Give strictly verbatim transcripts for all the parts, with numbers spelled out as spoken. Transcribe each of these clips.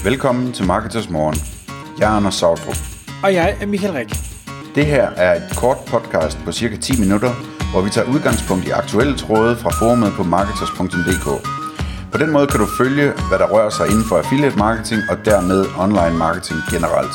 Velkommen til Marketers Morgen. Jeg er Anders Sautrup. Og jeg er Michael Rik. Det her er et kort podcast på cirka ti minutter, hvor vi tager udgangspunkt i aktuelle tråde fra forumet på marketers punktum d k. På den måde kan du følge, hvad der rører sig inden for affiliate marketing og dermed online marketing generelt.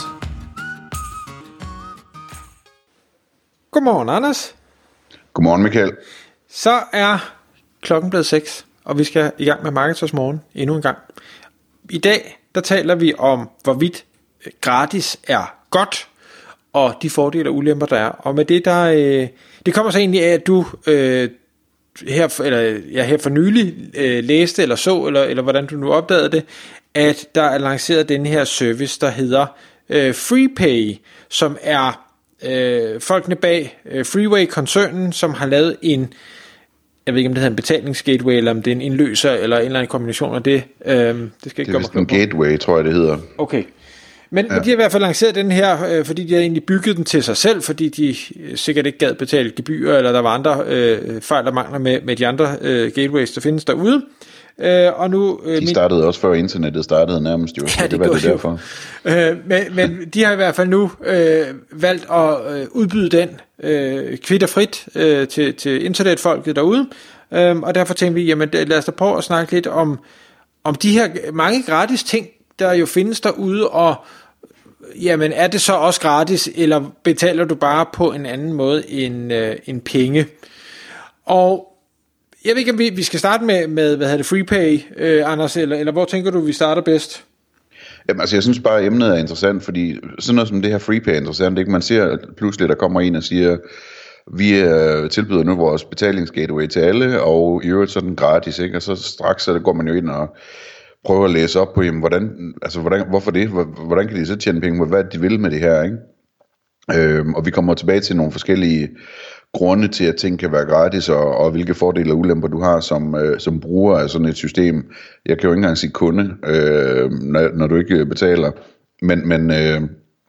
Godmorgen, Anders. Godmorgen, Michael. Så er klokken blevet seks, og vi skal i gang med Marketers Morgen endnu en gang. I dag, der taler vi om, hvorvidt gratis er godt, og de fordele og ulemper, der er. Og med det, der, øh, det kommer så egentlig af, at du øh, her, eller, ja, her for nylig øh, læste eller så, eller, eller hvordan du nu opdagede det, at der er lanceret den her service, der hedder øh, FreePay, som er øh, folkene bag øh, Freeway-koncernen, som har lavet en, jeg ved ikke om det hedder en betalingsgateway, eller om det er en indløser, eller en eller anden kombination af det. Øh, det skal ikke det er vist en gateway, tror jeg det hedder. Okay. Men, ja. men de har i hvert fald lanceret den her, øh, fordi de har egentlig bygget den til sig selv, fordi de øh, sikkert ikke gad betale gebyrer, eller der var andre øh, fejl og mangler med, med de andre øh, gateways, der findes derude. Øh, og nu, øh, de startede min... også før internettet startede nærmest jo, ja, det, det var det derfor. Øh, men, men de har i hvert fald nu øh, valgt at øh, udbyde den øh, kvitterfrit øh, til, til internetfolket derude, øh, og derfor tænkte vi, jamen lad os da prøve at snakke lidt om, om de her mange gratis ting, der jo findes derude, og jamen er det så også gratis, eller betaler du bare på en anden måde end, øh, end penge? Og jeg ved ikke, om vi, vi skal starte med, med hvad hedder det, FreePay, øh, Anders, eller, eller hvor tænker du, vi starter bedst? Jamen, altså jeg synes bare, at emnet er interessant, fordi sådan noget som det her FreePay er interessant, ikke? Man ser pludselig, der kommer en og siger, vi øh, tilbyder nu vores betalingsgateway til alle, og i øvrigt så er den gratis, ikke? Og så straks så går man jo ind og prøver at læse op på, jamen, hvordan, altså, hvordan, hvorfor det? Hvordan kan de så tjene penge? Hvad de vil med det her, ikke? Øhm, og vi kommer tilbage til nogle forskellige grunde til, at ting kan være gratis, og, og hvilke fordele og ulemper du har som, øh, som bruger af sådan et system. Jeg kan jo ikke engang sige kunde, øh, når, når du ikke betaler. Men, men øh,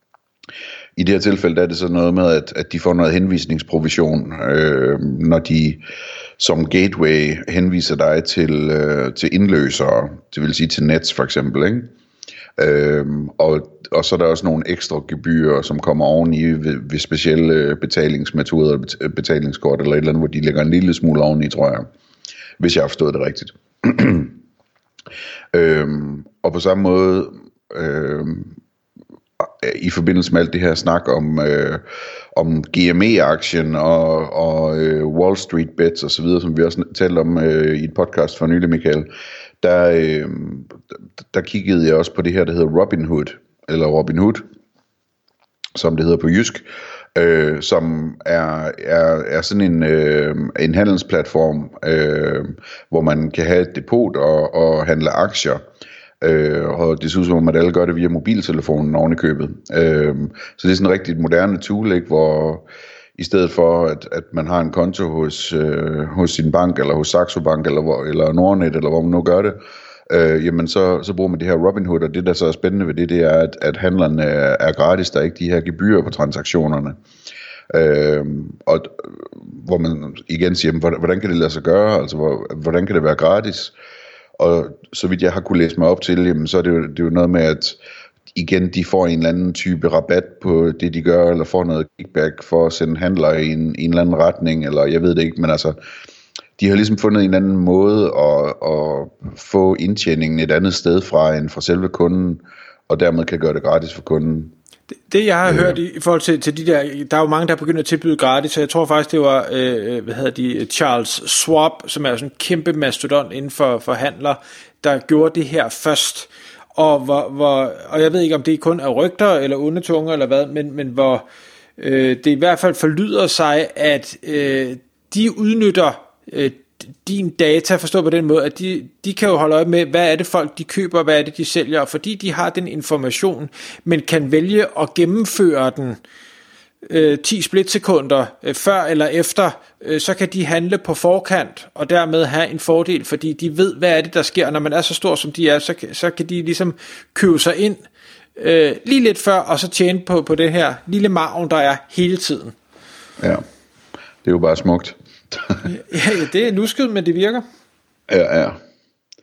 i det her tilfælde, der er det så noget med, at, at de får noget henvisningsprovision, øh, når de som gateway henviser dig til, øh, til indløsere, det vil sige til Nets for eksempel, ikke? Øhm, og, og så er der også nogle ekstra gebyrer, som kommer oveni ved, ved specielle betalingsmetoder, betalingskort eller et eller andet, hvor de lægger en lille smule oveni, tror jeg, hvis jeg har forstået det rigtigt. øhm, og på samme måde, øhm, i forbindelse med alt det her snak om, øh, om G M E-aktien og, og øh, Wall Street bets og så videre, som vi også talte om øh, i et podcast for nylig, Michael, der, øh, der kiggede jeg også på det her, der hedder Robinhood, eller Robinhood, som det hedder på jysk, øh, som er, er, er sådan en, øh, en handelsplatform, øh, hvor man kan have et depot og, og handle aktier. Øh, og det ser ud som, at alle gør det via mobiltelefonen oven i købet. Øh, så det er sådan en rigtig moderne tool, ikke, hvor i stedet for at, at man har en konto hos, øh, hos sin bank, eller hos Saxo Bank, eller, hvor, eller Nordnet, eller hvor man nu gør det, øh, jamen så, så bruger man det her Robinhood, og det der så er spændende ved det, det er, at, at handlerne er, er gratis, der er ikke de her gebyrer på transaktionerne. Øh, og hvor man igen siger, hvordan, hvordan kan det lade sig gøre, altså hvor, hvordan kan det være gratis? Og så vidt jeg har kunne læse mig op til, jamen, så er det, jo, det er jo noget med, at igen, de får en eller anden type rabat på det, de gør, eller får noget kickback for at sende handler i en, en eller anden retning, eller jeg ved det ikke, men altså, de har ligesom fundet en anden måde at, at få indtjeningen et andet sted fra, end fra selve kunden, og dermed kan gøre det gratis for kunden. Det, det jeg har øh. hørt i, i forhold til, til de der, der er jo mange, der begynder at tilbyde gratis, så jeg tror faktisk, det var, øh, hvad hedder de, Charles Schwab, som er sådan en kæmpe mastodont inden for, for handler, der gjorde det her først. Og, hvor, hvor, og jeg ved ikke, om det kun er rygter, eller onde tunger, eller hvad, men, men hvor øh, det i hvert fald forlyder sig, at øh, de udnytter øh, din data, forstået på den måde, at de, de kan jo holde øje med, hvad er det folk, de køber, hvad er det, de sælger, og fordi de har den information, men kan vælge at gennemføre den øh, ti splitsekunder øh, før eller efter, øh, så kan de handle på forkant, og dermed have en fordel, fordi de ved, hvad er det, der sker. Når man er så stor, som de er, så, så kan de ligesom købe sig ind øh, lige lidt før, og så tjene på, på det her lille margen, der er hele tiden. Ja, det er jo bare smukt. Ja, det er lusket, men det virker. Ja, ja.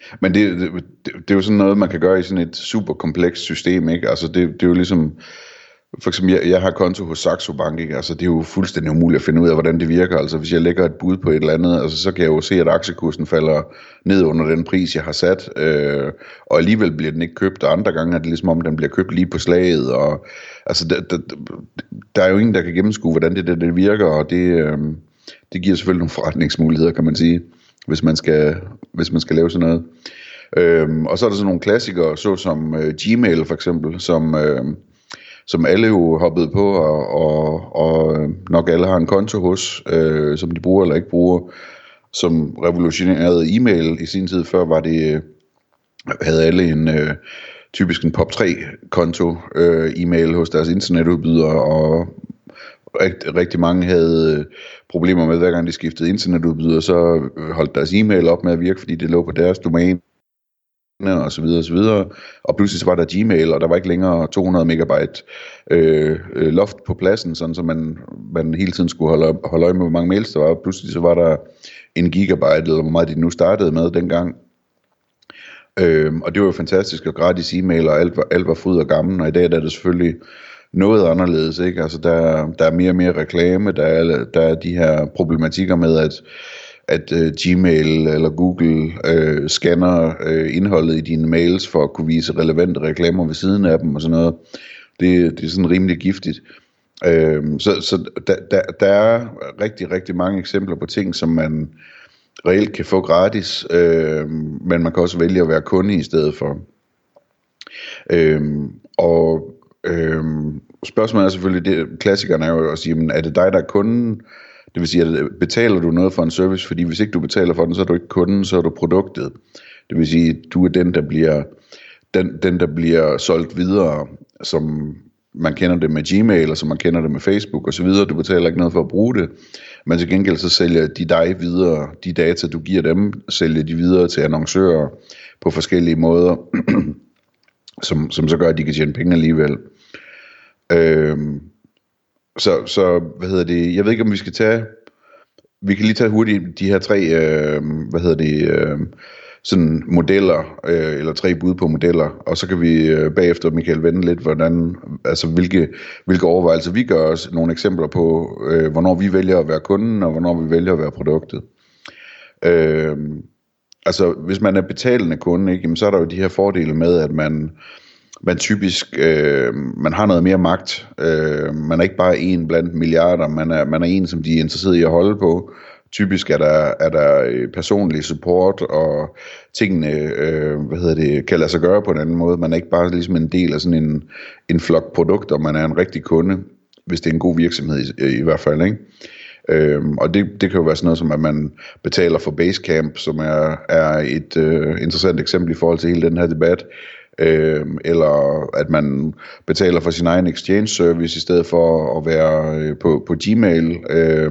Men det, det, det, det er jo sådan noget, man kan gøre i sådan et super komplekst system, ikke? Altså det, det er jo ligesom, for eksempel, jeg, jeg har konto hos Saxo Bank, ikke? Altså det er jo fuldstændig umuligt at finde ud af, hvordan det virker. Altså hvis jeg lægger et bud på et eller andet, altså så kan jeg jo se, at aktiekursen falder ned under den pris, jeg har sat, øh, og alligevel bliver den ikke købt, og andre gange er det ligesom om, den bliver købt lige på slaget, og altså der, der, der er jo ingen, der kan gennemskue, hvordan det, det, det virker, og det, øh, det giver selvfølgelig nogle forretningsmuligheder, kan man sige, hvis man skal, hvis man skal lave sådan noget. Øhm, og så er der sådan nogle klassikere, såsom øh, Gmail for eksempel, som, øh, som alle jo hoppede på, og, og, og nok alle har en konto hos, øh, som de bruger eller ikke bruger, som revolutionerede e-mail i sin tid. Før var det, havde alle en øh, typisk en pop tre konto øh, e-mail hos deres internetudbydere, og Rigt, rigtig mange havde problemer med, hver gang de skiftede internetudbyder, så holdt deres e-mail op med at virke, fordi det lå på deres domæne, og så videre, og så videre. Og pludselig så var der Gmail, og der var ikke længere to hundrede megabyte øh, loft på pladsen, sådan så man, man hele tiden skulle holde, holde øje med, hvor mange mails der var. Og pludselig så var der en gigabyte, eller hvor meget de nu startede med dengang. Øh, og det var jo fantastisk, og gratis e-mail, og alt var, alt var fryd og gammel, og i dag der er det selvfølgelig noget anderledes, ikke? Altså der, der er mere og mere reklame, der er, der er de her problematikker med, at, at uh, Gmail eller Google uh, scanner uh, indholdet i dine mails for at kunne vise relevante reklamer ved siden af dem og sådan noget. Det, det er sådan rimelig giftigt. Uh, så så der, der, der er rigtig, rigtig mange eksempler på ting, som man reelt kan få gratis, uh, men man kan også vælge at være kunde i stedet for. Uh, og Øhm, spørgsmålet er selvfølgelig, det, klassikerne er jo at sige, men er det dig, der er kunden? Det vil sige, at betaler du noget for en service? Fordi hvis ikke du betaler for den, så er du ikke kunden, så er du produktet. Det vil sige, du er den, der bliver, den, den, der bliver solgt videre, som man kender det med Gmail, og som man kender det med Facebook osv. Du betaler ikke noget for at bruge det, men til gengæld så sælger de dig videre, de data, du giver dem, sælger de videre til annoncører på forskellige måder, som, som så gør, at de kan tjene penge alligevel. Øhm, så, så, hvad hedder det, jeg ved ikke om vi skal tage, vi kan lige tage hurtigt de her tre, øh, hvad hedder det, øh, sådan modeller, øh, eller tre bud på modeller, og så kan vi øh, bagefter, Michael, vende lidt, hvordan, altså hvilke, hvilke overvejelser vi gør os, nogle eksempler på, øh, hvornår vi vælger at være kunden, og hvornår vi vælger at være produktet. Øh, altså, hvis man er betalende kunde, ikke, jamen, så er der jo de her fordele med, at man man typisk, øh, man har noget mere magt, øh, man er ikke bare en blandt milliarder, man er, man er en, som de er interesseret i at holde på. Typisk er der, er der personlig support, og tingene, øh, hvad hedder det, kan lade sig gøre på en anden måde. Man er ikke bare ligesom en del af sådan en, en flok produkter, man er en rigtig kunde, hvis det er en god virksomhed i, i hvert fald, ikke? Øhm, og det, det kan jo være sådan noget som, at man betaler for Basecamp, som er, er et øh, interessant eksempel i forhold til hele den her debat. Øh, eller at man betaler for sin egen exchange service i stedet for at være øh, på, på Gmail, øh,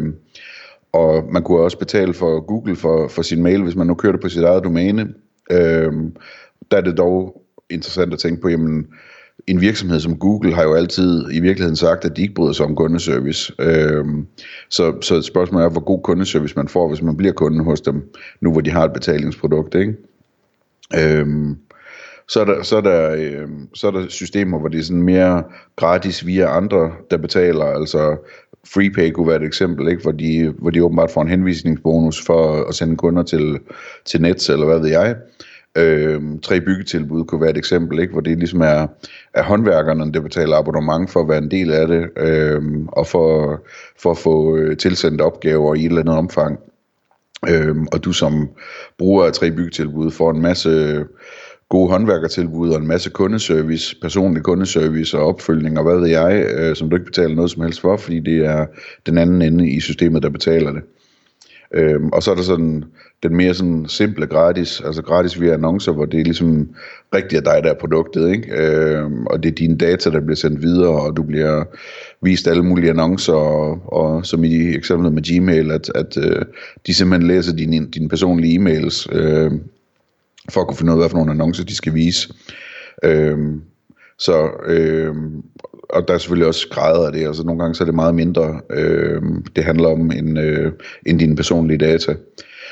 og man kunne også betale for Google for, for sin mail, hvis man nu kører det på sit eget domæne. Øh, der er det dog interessant at tænke på, jamen en virksomhed som Google har jo altid i virkeligheden sagt, at de ikke bryder sig om kundeservice. Øh, så, så spørgsmålet er, hvor god kundeservice man får, hvis man bliver kunde hos dem, nu hvor de har et betalingsprodukt, ikke? Øh, Så er, der, så, er der, øh, så er der systemer, hvor det er sådan mere gratis via andre, der betaler. Altså FreePay kunne være et eksempel, ikke? Hvor, de, hvor de åbenbart får en henvisningsbonus for at sende kunder til, til Nets, eller hvad ved jeg. Øh, tre byggetilbud kunne være et eksempel, ikke? Hvor det ligesom er, er håndværkerne, der betaler abonnement for at være en del af det, øh, og for, for at få tilsendt opgaver i et eller andet omfang. Øh, og du som bruger af tre byggetilbud får en masse gode håndværkertilbud og en masse kundeservice, personlig kundeservice og opfølgning og hvad ved jeg, øh, som du ikke betaler noget som helst for, fordi det er den anden ende i systemet, der betaler det. Øhm, og så er der sådan den mere sådan simple gratis, altså gratis via annoncer, hvor det er ligesom rigtigt af dig, der er produktet, ikke? Øhm, og det er dine data, der bliver sendt videre, og du bliver vist alle mulige annoncer, og, og som i eksemplet med Gmail, at, at øh, de simpelthen læser dine, dine personlige e-mails, øh, for at kunne finde ud af, hvad for nogle annoncer de skal vise. Øhm, så, øhm, og der er selvfølgelig også grader af det, altså nogle gange så er det meget mindre, øhm, det handler om, end, øh, end dine personlige data.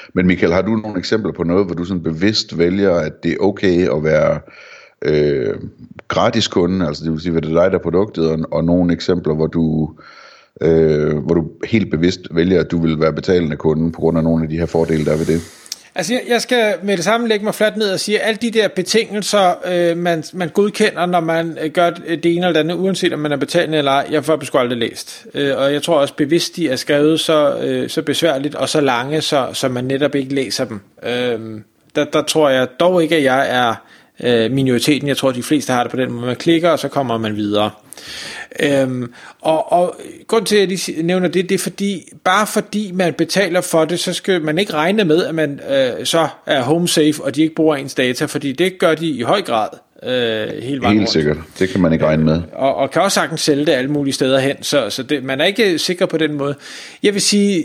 Men Michael, har du nogle eksempler på noget, hvor du sådan bevidst vælger, at det er okay at være øh, gratis kunde, altså det vil sige, at det er dig, der er produktet, og, og nogle eksempler, hvor du, øh, hvor du helt bevidst vælger, at du vil være betalende kunde, på grund af nogle af de her fordele, der er ved det? Altså, jeg skal med det samme lægge mig fladt ned og sige, at alle de der betingelser, øh, man, man godkender, når man gør det ene eller det andet, uanset om man er betalende eller ej, jeg får sgu aldrig læst. Øh, og jeg tror også bevidst, de er skrevet så, øh, så besværligt og så lange, så, så man netop ikke læser dem. Øh, der, der tror jeg dog ikke, at jeg er øh, minoriteten. Jeg tror, de fleste har det på den måde. Man klikker, og så kommer man videre. Øhm, og, og grund til at jeg nævner det, det er fordi bare fordi man betaler for det, så skal man ikke regne med at man øh, så er home safe, og de ikke bruger ens data, fordi det gør de i høj grad øh, hele vejen. Helt sikkert, det kan man ikke regne med. Og, og kan også sagtens sælge det alle mulige steder hen, så, så det, man er ikke sikker på den måde. Jeg vil sige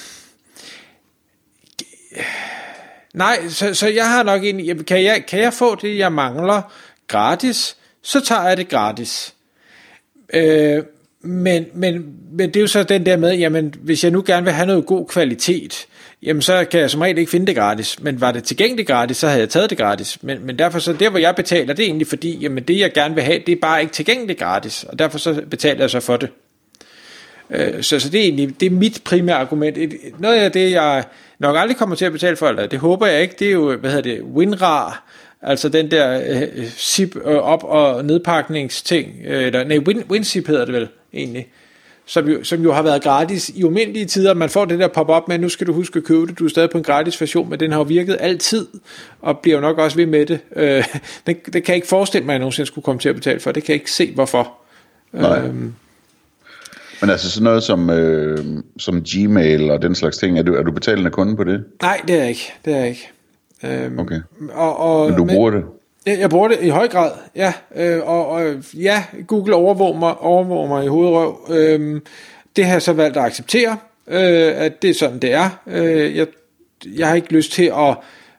nej, så, så jeg har nok en, kan jeg, kan jeg få det jeg mangler gratis, så tager jeg det gratis. Øh, men, men, men det er jo så den der med, jamen hvis jeg nu gerne vil have noget god kvalitet, jamen så kan jeg som regel ikke finde det gratis, men var det tilgængeligt gratis, så havde jeg taget det gratis, men, men derfor så der hvor jeg betaler, det er egentlig fordi, jamen det jeg gerne vil have, det er bare ikke tilgængeligt gratis, og derfor så betaler jeg så for det. øh, så, så det er egentlig, det er mit primære argument. Et, noget af det jeg nok aldrig kommer til at betale for, eller det håber jeg ikke, det er jo, hvad hedder det, WinRAR, altså den der øh, zip øh, op- og nedpakningsting, øh, eller, nej, Win, WinZip hedder det vel egentlig, som jo, som jo har været gratis i umindelige tider. Man får det der pop-up med, nu skal du huske at købe det, du er stadig på en gratis version, men den har jo virket altid, og bliver jo nok også ved med det. Øh, det, det kan jeg ikke forestille mig, at jeg nogensinde skulle komme til at betale for, det kan jeg ikke se, hvorfor. Nej. Øhm. Men altså sådan noget som, øh, som Gmail og den slags ting, er du, er du betalende kunde på det? Nej, det er jeg ikke, det er jeg ikke. Øhm, okay. Og, og, men du bruger men, det? Jeg, jeg bruger det i høj grad, ja. Øh, og, og ja, Google overvåger mig, overvåger mig i hovedrøv. Øh, det har jeg så valgt at acceptere, øh, at det er sådan, det er. Øh, jeg, jeg har ikke lyst til at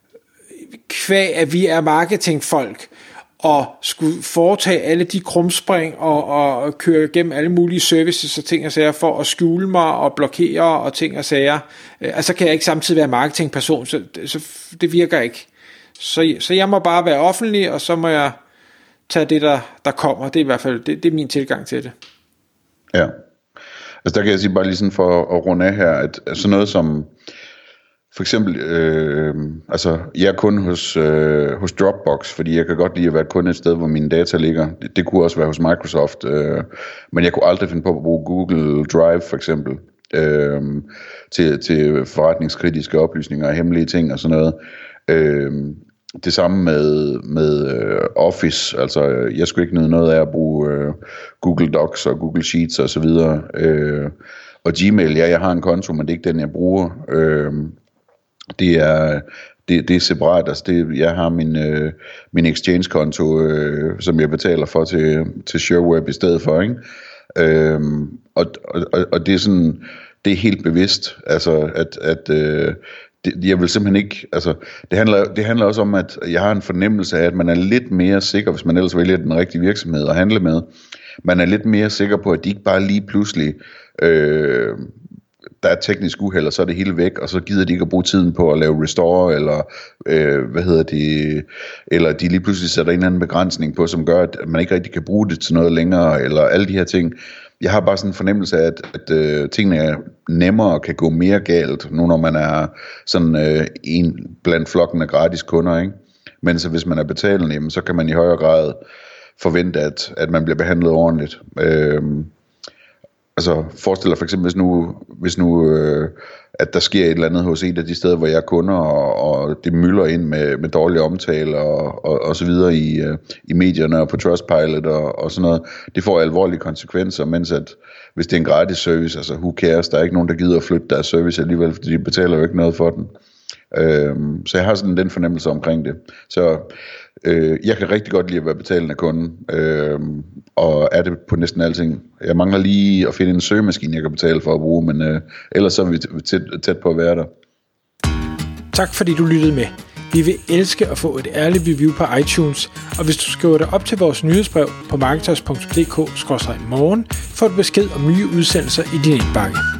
kvæg, at vi er marketingfolk, og skulle foretage alle de krumspring og, og køre gennem alle mulige services og ting og sager for at skjule mig og blokere og ting og sager. Altså kan jeg ikke samtidig være marketingperson, så, så det virker ikke. Så, så jeg må bare være offentlig, og så må jeg tage det, der, der kommer. Det er i hvert fald det, det er min tilgang til det. Ja. Altså der kan jeg sige bare lige sådan for at runde af her, at sådan noget som for eksempel, øh, altså jeg er kun hos, øh, hos Dropbox, fordi jeg kan godt lide at være kun et sted, hvor mine data ligger. Det, det kunne også være hos Microsoft, øh, men jeg kunne aldrig finde på at bruge Google Drive for eksempel, øh, til, til forretningskritiske oplysninger og hemmelige ting og sådan noget. Øh, det samme med, med øh, Office, altså jeg skulle ikke nyde noget af at bruge øh, Google Docs og Google Sheets og så videre. Øh, og Gmail, ja, jeg har en konto, men det er ikke den, jeg bruger. Øh, Det er, det, det er separat, altså det, jeg har min, øh, min Exchange-konto, øh, som jeg betaler for til, til SureWeb i stedet for, ikke? Øhm, og, og, og det er sådan, det er helt bevidst, altså at, at øh, det, jeg vil simpelthen ikke, altså det handler, det handler også om, at jeg har en fornemmelse af, at man er lidt mere sikker, hvis man ellers vælger den rigtige virksomhed at handle med, man er lidt mere sikker på, at de ikke bare lige pludselig øh, der er teknisk uheld, og så er det hele væk, og så gider de ikke at bruge tiden på at lave restore, eller øh, hvad hedder det, eller de lige pludselig sætter en eller anden begrænsning på, som gør, at man ikke rigtig kan bruge det til noget længere, eller alle de her ting. Jeg har bare sådan en fornemmelse af, at, at øh, tingene er nemmere kan gå mere galt, nu når man er sådan øh, en blandt flokken af gratis kunder, ikke? Men så hvis man er betalende, jamen, så kan man i højere grad forvente, at, at man bliver behandlet ordentligt. Øh, Altså forestil dig for eksempel, hvis nu, hvis nu øh, at der sker et eller andet hos et af de steder, hvor jeg er kunder, og, og det mylder ind med, med dårlige omtale og, og, og så videre i, øh, i medierne og på Trustpilot og, og sådan noget. Det får alvorlige konsekvenser, mens at hvis det er en gratis service, altså who cares, der er ikke nogen, der gider at flytte deres service alligevel, fordi de betaler jo ikke noget for den. Øhm, så jeg har sådan den fornemmelse omkring det. Så øh, jeg kan rigtig godt lide at være betalende kunde, øh, og er det på næsten alting. Jeg mangler lige at finde en søgemaskine, jeg kan betale for at bruge, men øh, ellers så er vi tæt, tæt på at være der. Tak fordi du lyttede med. Vi vil elske at få et ærligt review på iTunes, og hvis du skriver dig op til vores nyhedsbrev på marketers punktum d k skråstreg morgen, får du besked om nye udsendelser i din indbakke.